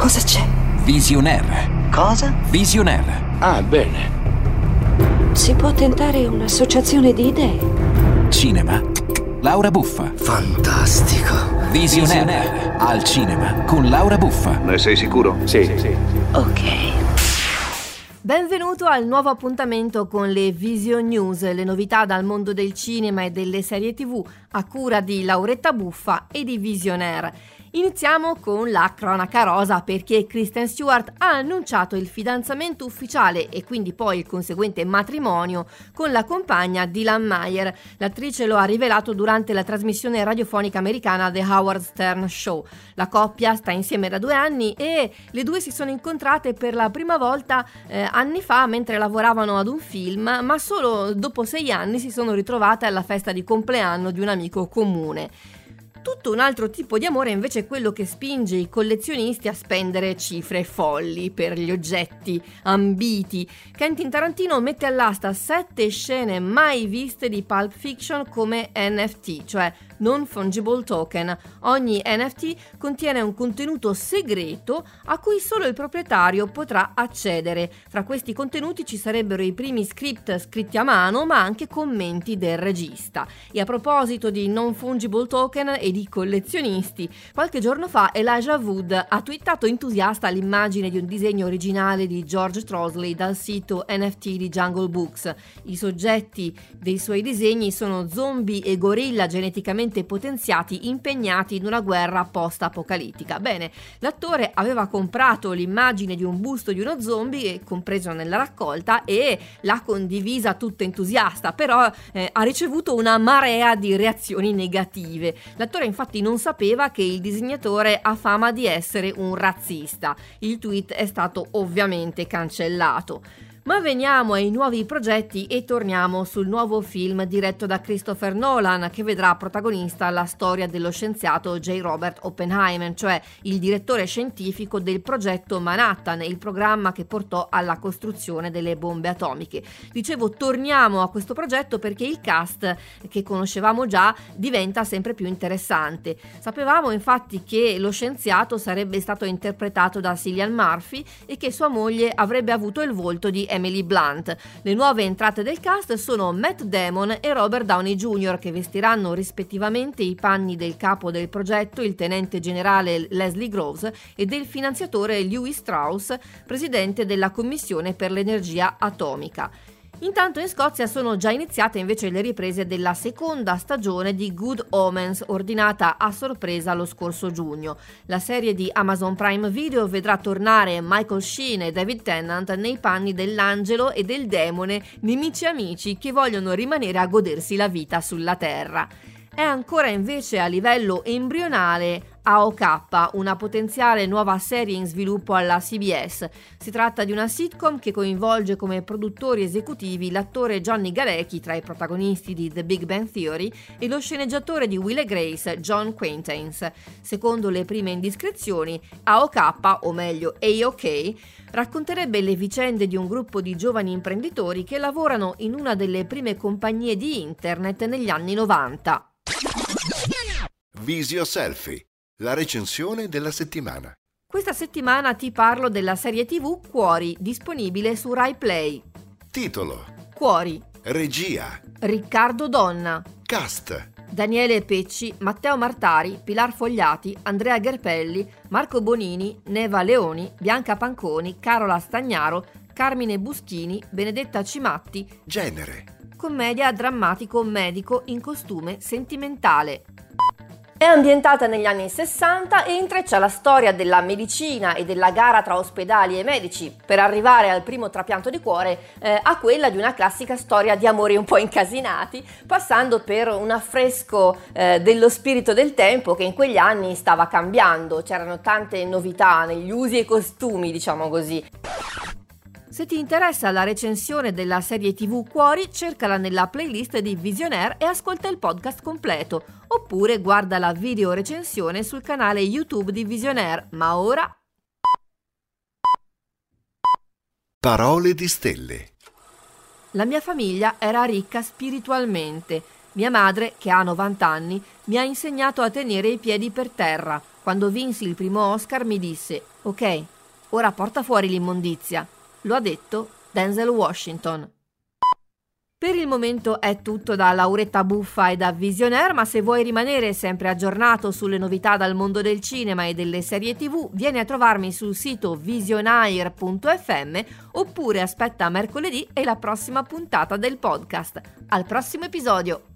Cosa c'è? Visionaire. Cosa? Visionaire. Ah, bene. Si può tentare un'associazione di idee. Cinema. Laura Buffa. Fantastico. Visionaire. Al cinema con Laura Buffa. Ne sei sicuro? Sì. Ok. Benvenuto al nuovo appuntamento con le Vision News, le novità dal mondo del cinema e delle serie TV a cura di Lauretta Buffa e di Visionaire. Iniziamo con la cronaca rosa perché Kristen Stewart ha annunciato il fidanzamento ufficiale e quindi poi il conseguente matrimonio con la compagna Dylan Meyer. L'attrice lo ha rivelato durante la trasmissione radiofonica americana The Howard Stern Show. La coppia sta insieme da 2 anni e le due si sono incontrate per la prima volta anni fa mentre lavoravano ad un film, ma solo dopo 6 anni si sono ritrovate alla festa di compleanno di un amico comune. Tutto un altro tipo di amore invece è quello che spinge i collezionisti a spendere cifre folli per gli oggetti ambiti. Quentin Tarantino mette all'asta 7 scene mai viste di Pulp Fiction come NFT, cioè non fungible token. Ogni NFT contiene un contenuto segreto a cui solo il proprietario potrà accedere. Tra questi contenuti ci sarebbero i primi script scritti a mano, ma anche commenti del regista. E a proposito di non fungible token e di collezionisti, qualche giorno fa Elijah Wood ha twittato entusiasta l'immagine di un disegno originale di George Trosley dal sito NFT di Jungle Books. I soggetti dei suoi disegni sono zombie e gorilla geneticamente potenziati impegnati in una guerra post-apocalittica. Bene, l'attore aveva comprato l'immagine di un busto di uno zombie compreso nella raccolta e l'ha condivisa tutta entusiasta, però ha ricevuto una marea di reazioni negative. L'attore infatti non sapeva che il disegnatore ha fama di essere un razzista. Il tweet è stato ovviamente cancellato. Ma veniamo ai nuovi progetti e torniamo sul nuovo film diretto da Christopher Nolan, che vedrà protagonista la storia dello scienziato J. Robert Oppenheimer, cioè il direttore scientifico del progetto Manhattan, il programma che portò alla costruzione delle bombe atomiche. Dicevo, torniamo a questo progetto perché il cast che conoscevamo già diventa sempre più interessante. Sapevamo infatti che lo scienziato sarebbe stato interpretato da Cillian Murphy e che sua moglie avrebbe avuto il volto di Emily Blunt. Le nuove entrate del cast sono Matt Damon e Robert Downey Jr., che vestiranno rispettivamente i panni del capo del progetto, il tenente generale Leslie Groves, e del finanziatore Lewis Strauss, presidente della Commissione per l'energia atomica. Intanto in Scozia sono già iniziate invece le riprese della seconda stagione di Good Omens, ordinata a sorpresa lo scorso giugno. La serie di Amazon Prime Video vedrà tornare Michael Sheen e David Tennant nei panni dell'angelo e del demone, nemici amici che vogliono rimanere a godersi la vita sulla Terra. È ancora invece a livello embrionale AOK, una potenziale nuova serie in sviluppo alla CBS. Si tratta di una sitcom che coinvolge come produttori esecutivi l'attore Johnny Galecki tra i protagonisti di The Big Bang Theory e lo sceneggiatore di Will e Grace John Quaintance. Secondo le prime indiscrezioni, AOK, o meglio AOK, racconterebbe le vicende di un gruppo di giovani imprenditori che lavorano in una delle prime compagnie di internet negli anni 90. Visio Selfie, la recensione della settimana. Questa settimana ti parlo della serie TV Cuori, disponibile su Rai Play. Titolo: Cuori. Regia: Riccardo Donna. Cast: Daniele Pecci, Matteo Martari, Pilar Fogliati, Andrea Gherpelli, Marco Bonini, Neva Leoni, Bianca Panconi, Carola Stagnaro, Carmine Buschini, Benedetta Cimatti. Genere: commedia drammatico medico in costume sentimentale. È ambientata negli anni 60 e intreccia la storia della medicina e della gara tra ospedali e medici per arrivare al primo trapianto di cuore a quella di una classica storia di amori un po' incasinati, passando per un affresco dello spirito del tempo che in quegli anni stava cambiando. C'erano tante novità negli usi e costumi, diciamo così. Se ti interessa la recensione della serie TV Cuori, cercala nella playlist di Visionaire e ascolta il podcast completo, oppure guarda la video recensione sul canale YouTube di Visionaire. Ma ora... Parole di stelle. La mia famiglia era ricca spiritualmente. Mia madre, che ha 90 anni, mi ha insegnato a tenere i piedi per terra. Quando vinsi il primo Oscar mi disse: ok, ora porta fuori l'immondizia. Lo ha detto Denzel Washington. Per il momento è tutto da Lauretta Buffa e da Visionaire, ma se vuoi rimanere sempre aggiornato sulle novità dal mondo del cinema e delle serie TV, vieni a trovarmi sul sito visionaire.fm oppure aspetta mercoledì e la prossima puntata del podcast. Al prossimo episodio!